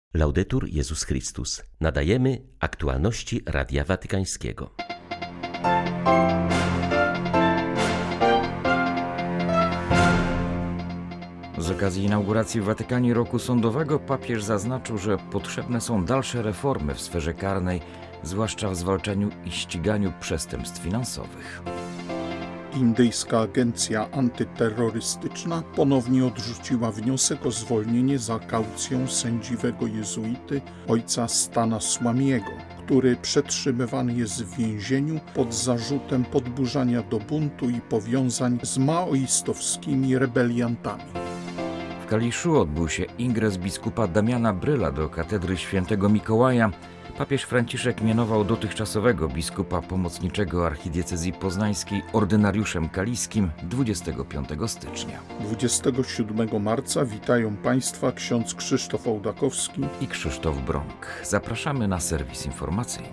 Laudetur Jezus Chrystus. Nadajemy aktualności Radia Watykańskiego. Z okazji inauguracji w Watykanie Roku Sądowego papież zaznaczył, że potrzebne są dalsze reformy w sferze karnej, zwłaszcza w zwalczaniu i ściganiu przestępstw finansowych. Indyjska agencja antyterrorystyczna ponownie odrzuciła wniosek o zwolnienie za kaucją sędziwego jezuity ojca Stana Swamiego, który przetrzymywany jest w więzieniu pod zarzutem podburzania do buntu i powiązań z maoistowskimi rebeliantami. W Kaliszu odbył się ingres biskupa Damiana Bryla do katedry świętego Mikołaja. Papież Franciszek mianował dotychczasowego biskupa pomocniczego archidiecezji poznańskiej ordynariuszem kaliskim 25 stycznia. 27 marca witają Państwa ksiądz Krzysztof Ołdakowski i Krzysztof Brąk. Zapraszamy na serwis informacyjny.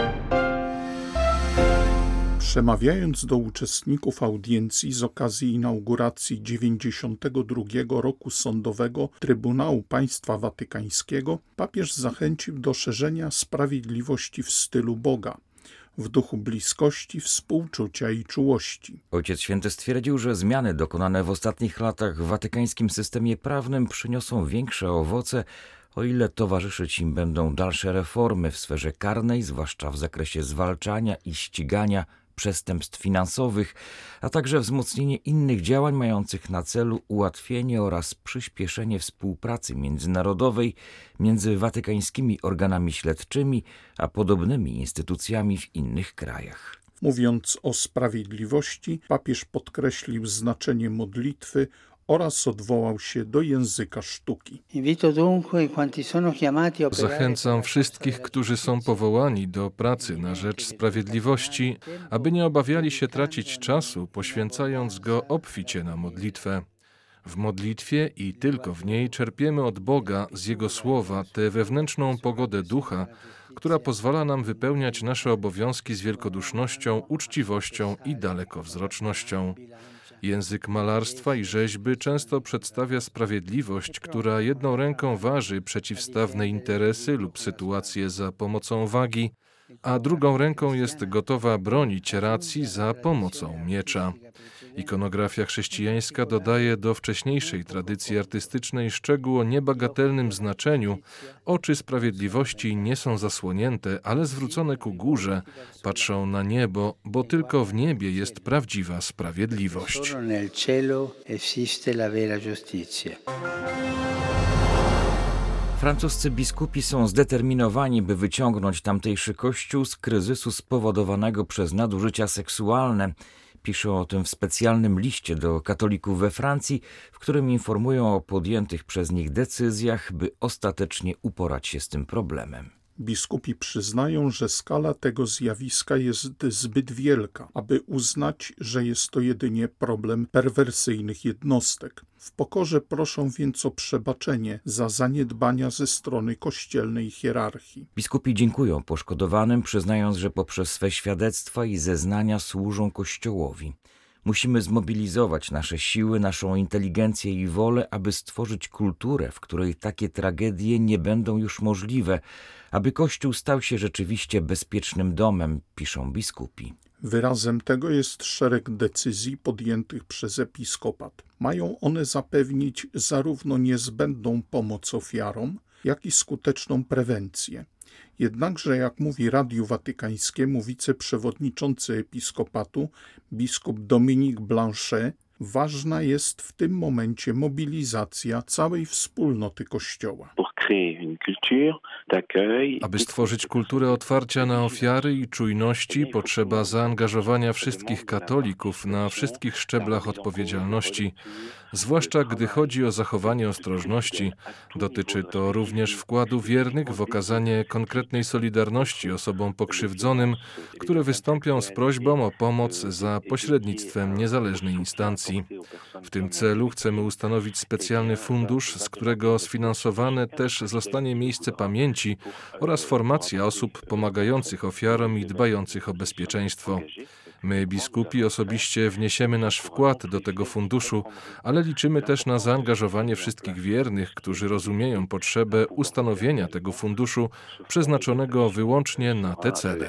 Przemawiając do uczestników audiencji z okazji inauguracji 92. roku sądowego Trybunału Państwa Watykańskiego, papież zachęcił do szerzenia sprawiedliwości w stylu Boga, w duchu bliskości, współczucia i czułości. Ojciec Święty stwierdził, że zmiany dokonane w ostatnich latach w watykańskim systemie prawnym przyniosą większe owoce, o ile towarzyszyć im będą dalsze reformy w sferze karnej, zwłaszcza w zakresie zwalczania i ścigania przestępstw finansowych, a także wzmocnienie innych działań mających na celu ułatwienie oraz przyspieszenie współpracy międzynarodowej między watykańskimi organami śledczymi a podobnymi instytucjami w innych krajach. Mówiąc o sprawiedliwości, papież podkreślił znaczenie modlitwy oraz odwołał się do języka sztuki. Zachęcam wszystkich, którzy są powołani do pracy na rzecz sprawiedliwości, aby nie obawiali się tracić czasu, poświęcając go obficie na modlitwę. W modlitwie i tylko w niej czerpiemy od Boga z Jego słowa tę wewnętrzną pogodę ducha, która pozwala nam wypełniać nasze obowiązki z wielkodusznością, uczciwością i dalekowzrocznością. Język malarstwa i rzeźby często przedstawia sprawiedliwość, która jedną ręką waży przeciwstawne interesy lub sytuacje za pomocą wagi, a drugą ręką jest gotowa bronić racji za pomocą miecza. Ikonografia chrześcijańska dodaje do wcześniejszej tradycji artystycznej szczegół o niebagatelnym znaczeniu. Oczy sprawiedliwości nie są zasłonięte, ale zwrócone ku górze, patrzą na niebo, bo tylko w niebie jest prawdziwa sprawiedliwość. Francuscy biskupi są zdeterminowani, by wyciągnąć tamtejszy kościół z kryzysu spowodowanego przez nadużycia seksualne. Piszą o tym w specjalnym liście do katolików we Francji, w którym informują o podjętych przez nich decyzjach, by ostatecznie uporać się z tym problemem. Biskupi przyznają, że skala tego zjawiska jest zbyt wielka, aby uznać, że jest to jedynie problem perwersyjnych jednostek. W pokorze proszą więc o przebaczenie za zaniedbania ze strony kościelnej hierarchii. Biskupi dziękują poszkodowanym, przyznając, że poprzez swe świadectwa i zeznania służą Kościołowi. Musimy zmobilizować nasze siły, naszą inteligencję i wolę, aby stworzyć kulturę, w której takie tragedie nie będą już możliwe, aby Kościół stał się rzeczywiście bezpiecznym domem, piszą biskupi. Wyrazem tego jest szereg decyzji podjętych przez episkopat. Mają one zapewnić zarówno niezbędną pomoc ofiarom, jak i skuteczną prewencję. Jednakże, jak mówi Radiu Watykańskiemu wiceprzewodniczący episkopatu, biskup Dominique Blanchet, ważna jest w tym momencie mobilizacja całej wspólnoty Kościoła. Aby stworzyć kulturę otwarcia na ofiary i czujności, potrzeba zaangażowania wszystkich katolików na wszystkich szczeblach odpowiedzialności, zwłaszcza gdy chodzi o zachowanie ostrożności. Dotyczy to również wkładu wiernych w okazanie konkretnej solidarności osobom pokrzywdzonym, które wystąpią z prośbą o pomoc za pośrednictwem niezależnej instancji. W tym celu chcemy ustanowić specjalny fundusz, z którego sfinansowane też zostanie miejsce pamięci oraz formacja osób pomagających ofiarom i dbających o bezpieczeństwo. My, biskupi, osobiście wniesiemy nasz wkład do tego funduszu, ale liczymy też na zaangażowanie wszystkich wiernych, którzy rozumieją potrzebę ustanowienia tego funduszu przeznaczonego wyłącznie na te cele.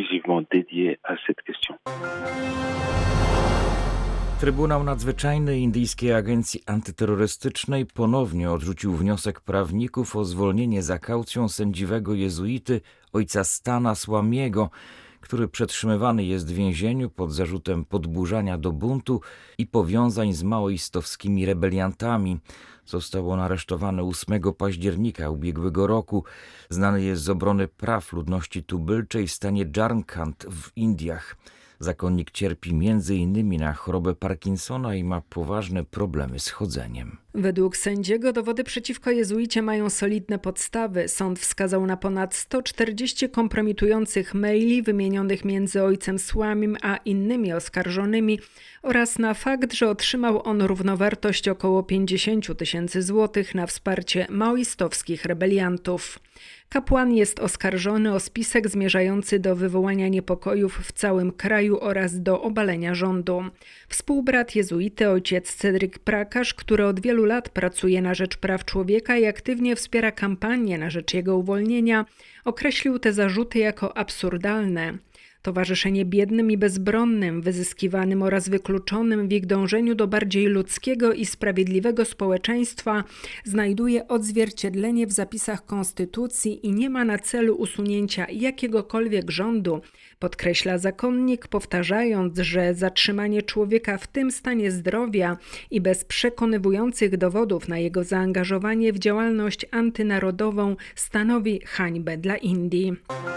Trybunał Nadzwyczajny Indyjskiej Agencji Antyterrorystycznej ponownie odrzucił wniosek prawników o zwolnienie za kaucją sędziwego jezuity ojca Stana Swamiego, który przetrzymywany jest w więzieniu pod zarzutem podburzania do buntu i powiązań z maoistowskimi rebeliantami. Został on aresztowany 8 października ubiegłego roku. Znany jest z obrony praw ludności tubylczej w stanie Jharkhand w Indiach. Zakonnik cierpi m.in. na chorobę Parkinsona i ma poważne problemy z chodzeniem. Według sędziego dowody przeciwko jezuicie mają solidne podstawy. Sąd wskazał na ponad 140 kompromitujących maili wymienionych między ojcem Swamim a innymi oskarżonymi oraz na fakt, że otrzymał on równowartość około 50 000 złotych na wsparcie maoistowskich rebeliantów. Kapłan jest oskarżony o spisek zmierzający do wywołania niepokojów w całym kraju oraz do obalenia rządu. Współbrat jezuity, ojciec Cedric Prakash, który od wielu lat pracuje na rzecz praw człowieka i aktywnie wspiera kampanię na rzecz jego uwolnienia, określił te zarzuty jako absurdalne. Towarzyszenie biednym i bezbronnym, wyzyskiwanym oraz wykluczonym w ich dążeniu do bardziej ludzkiego i sprawiedliwego społeczeństwa znajduje odzwierciedlenie w zapisach konstytucji i nie ma na celu usunięcia jakiegokolwiek rządu, podkreśla zakonnik, powtarzając, że zatrzymanie człowieka w tym stanie zdrowia i bez przekonywujących dowodów na jego zaangażowanie w działalność antynarodową stanowi hańbę dla Indii.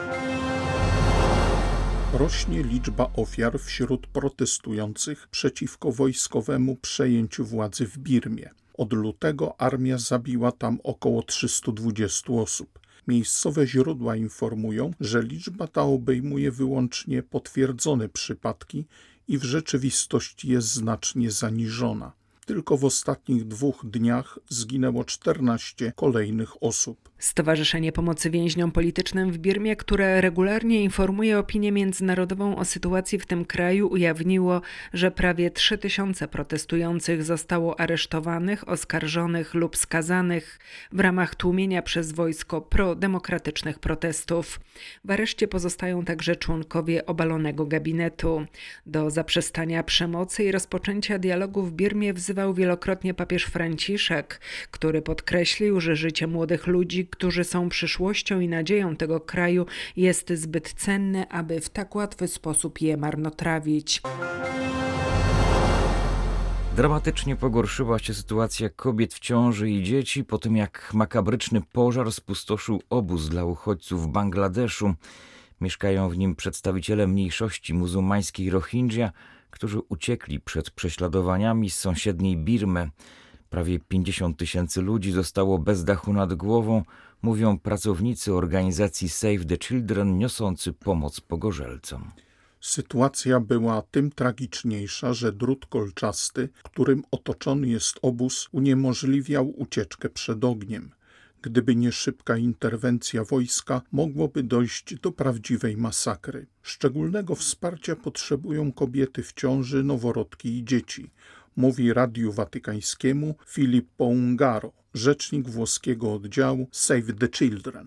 Rośnie liczba ofiar wśród protestujących przeciwko wojskowemu przejęciu władzy w Birmie. Od lutego armia zabiła tam około 320 osób. Miejscowe źródła informują, że liczba ta obejmuje wyłącznie potwierdzone przypadki i w rzeczywistości jest znacznie zaniżona. Tylko w ostatnich 2 dniach zginęło 14 kolejnych osób. Stowarzyszenie Pomocy Więźniom Politycznym w Birmie, które regularnie informuje opinię międzynarodową o sytuacji w tym kraju, ujawniło, że prawie 3000 protestujących zostało aresztowanych, oskarżonych lub skazanych w ramach tłumienia przez wojsko prodemokratycznych protestów. W areszcie pozostają także członkowie obalonego gabinetu. Do zaprzestania przemocy i rozpoczęcia dialogu w Birmie wzywał wielokrotnie papież Franciszek, który podkreślił, że życie młodych ludzi, którzy są przyszłością i nadzieją tego kraju, jest zbyt cenne, aby w tak łatwy sposób je marnotrawić. Dramatycznie pogorszyła się sytuacja kobiet w ciąży i dzieci po tym, jak makabryczny pożar spustoszył obóz dla uchodźców w Bangladeszu. Mieszkają w nim przedstawiciele mniejszości muzułmańskiej Rohingya, którzy uciekli przed prześladowaniami z sąsiedniej Birmy. Prawie 50 000 ludzi zostało bez dachu nad głową, mówią pracownicy organizacji Save the Children niosący pomoc pogorzelcom. Sytuacja była tym tragiczniejsza, że drut kolczasty, którym otoczony jest obóz, uniemożliwiał ucieczkę przed ogniem. Gdyby nie szybka interwencja wojska, mogłoby dojść do prawdziwej masakry. Szczególnego wsparcia potrzebują kobiety w ciąży, noworodki i dzieci, mówi Radiu Watykańskiemu Filippo Ungaro, rzecznik włoskiego oddziału Save the Children.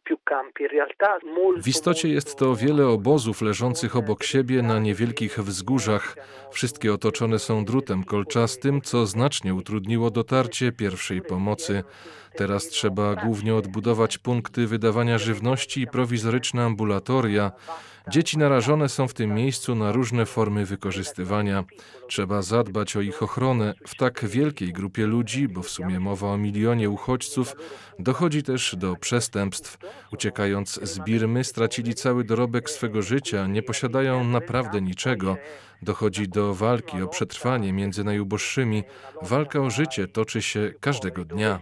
W istocie jest to wiele obozów leżących obok siebie na niewielkich wzgórzach. Wszystkie otoczone są drutem kolczastym, co znacznie utrudniło dotarcie pierwszej pomocy. Teraz trzeba głównie odbudować punkty wydawania żywności i prowizoryczne ambulatoria. Dzieci narażone są w tym miejscu na różne formy wykorzystywania. Trzeba zadbać o ich ochronę. W tak wielkiej grupie ludzi, bo w sumie mowa o 1 milionie uchodźców, dochodzi też do przestępstw. Uciekając z Birmy, stracili cały dorobek swego życia, nie posiadają naprawdę niczego. Dochodzi do walki o przetrwanie między najuboższymi. Walka o życie toczy się każdego dnia.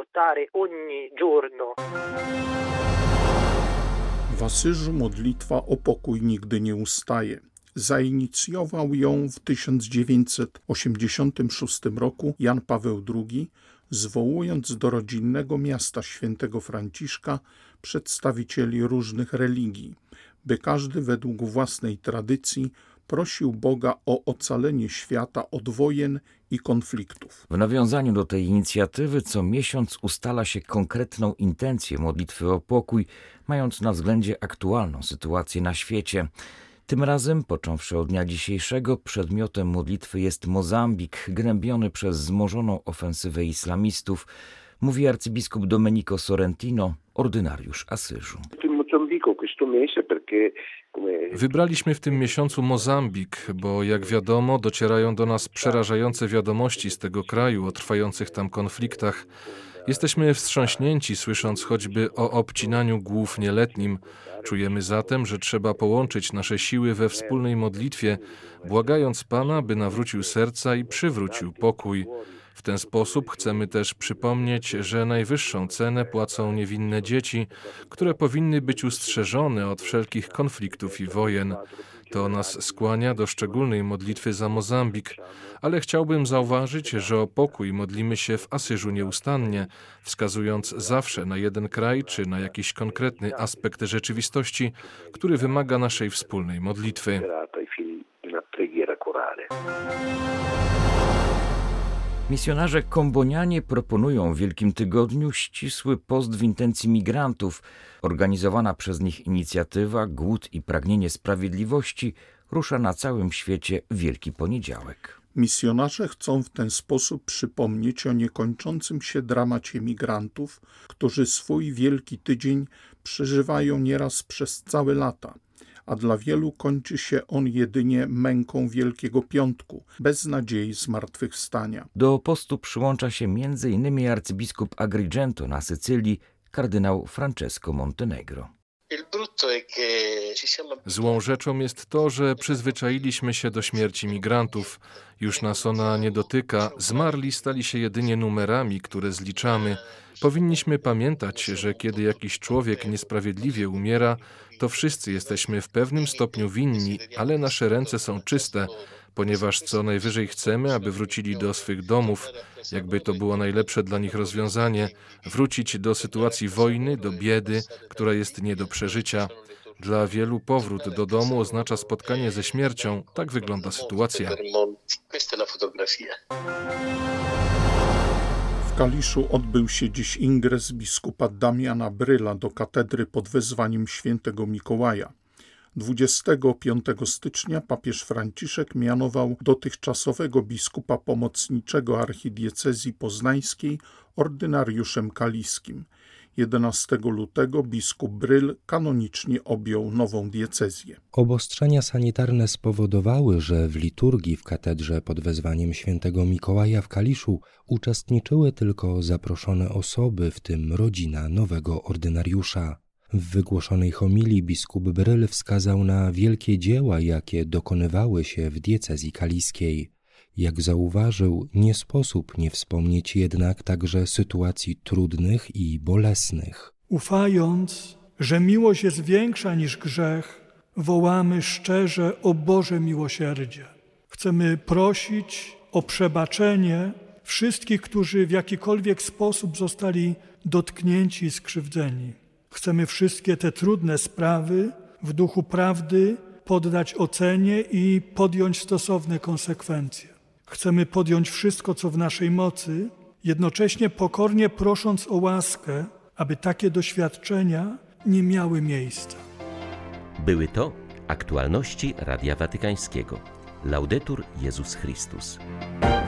W Asyżu modlitwa o pokój nigdy nie ustaje. Zainicjował ją w 1986 roku Jan Paweł II, zwołując do rodzinnego miasta świętego Franciszka przedstawicieli różnych religii, by każdy według własnej tradycji prosił Boga o ocalenie świata od wojen i konfliktów. W nawiązaniu do tej inicjatywy co miesiąc ustala się konkretną intencję modlitwy o pokój, mając na względzie aktualną sytuację na świecie. Tym razem, począwszy od dnia dzisiejszego, przedmiotem modlitwy jest Mozambik, gnębiony przez wzmożoną ofensywę islamistów, mówi arcybiskup Domenico Sorrentino, ordynariusz Asyżu. Wybraliśmy w tym miesiącu Mozambik, bo jak wiadomo, docierają do nas przerażające wiadomości z tego kraju o trwających tam konfliktach. Jesteśmy wstrząśnięci, słysząc choćby o obcinaniu głów nieletnim. Czujemy zatem, że trzeba połączyć nasze siły we wspólnej modlitwie, błagając Pana, by nawrócił serca i przywrócił pokój. W ten sposób chcemy też przypomnieć, że najwyższą cenę płacą niewinne dzieci, które powinny być ustrzeżone od wszelkich konfliktów i wojen. To nas skłania do szczególnej modlitwy za Mozambik, ale chciałbym zauważyć, że o pokój modlimy się w Asyżu nieustannie, wskazując zawsze na jeden kraj czy na jakiś konkretny aspekt rzeczywistości, który wymaga naszej wspólnej modlitwy. Misjonarze kombonianie proponują w Wielkim Tygodniu ścisły post w intencji migrantów. Organizowana przez nich inicjatywa Głód i pragnienie sprawiedliwości rusza na całym świecie w Wielki Poniedziałek. Misjonarze chcą w ten sposób przypomnieć o niekończącym się dramacie migrantów, którzy swój Wielki Tydzień przeżywają nieraz przez całe lata, a dla wielu kończy się on jedynie męką Wielkiego Piątku, bez nadziei zmartwychwstania. Do postu przyłącza się m.in. arcybiskup Agrigento na Sycylii, kardynał Francesco Montenegro. Złą rzeczą jest to, że przyzwyczailiśmy się do śmierci migrantów. Już nas ona nie dotyka. Zmarli stali się jedynie numerami, które zliczamy. Powinniśmy pamiętać, że kiedy jakiś człowiek niesprawiedliwie umiera, to wszyscy jesteśmy w pewnym stopniu winni, ale nasze ręce są czyste, ponieważ co najwyżej chcemy, aby wrócili do swych domów, jakby to było najlepsze dla nich rozwiązanie, wrócić do sytuacji wojny, do biedy, która jest nie do przeżycia. Dla wielu powrót do domu oznacza spotkanie ze śmiercią. Tak wygląda sytuacja. W Kaliszu odbył się dziś ingres biskupa Damiana Bryla do katedry pod wezwaniem świętego Mikołaja. 25 stycznia papież Franciszek mianował dotychczasowego biskupa pomocniczego archidiecezji poznańskiej ordynariuszem kaliskim. 11 lutego biskup Bryl kanonicznie objął nową diecezję. Obostrzenia sanitarne spowodowały, że w liturgii w katedrze pod wezwaniem świętego Mikołaja w Kaliszu uczestniczyły tylko zaproszone osoby, w tym rodzina nowego ordynariusza. W wygłoszonej homilii biskup Bryl wskazał na wielkie dzieła, jakie dokonywały się w diecezji kaliskiej. Jak zauważył, nie sposób nie wspomnieć jednak także sytuacji trudnych i bolesnych. Ufając, że miłość jest większa niż grzech, wołamy szczerze o Boże miłosierdzie. Chcemy prosić o przebaczenie wszystkich, którzy w jakikolwiek sposób zostali dotknięci i skrzywdzeni. Chcemy wszystkie te trudne sprawy w duchu prawdy poddać ocenie i podjąć stosowne konsekwencje. Chcemy podjąć wszystko, co w naszej mocy, jednocześnie pokornie prosząc o łaskę, aby takie doświadczenia nie miały miejsca. Były to aktualności Radia Watykańskiego. Laudetur Jezus Chrystus.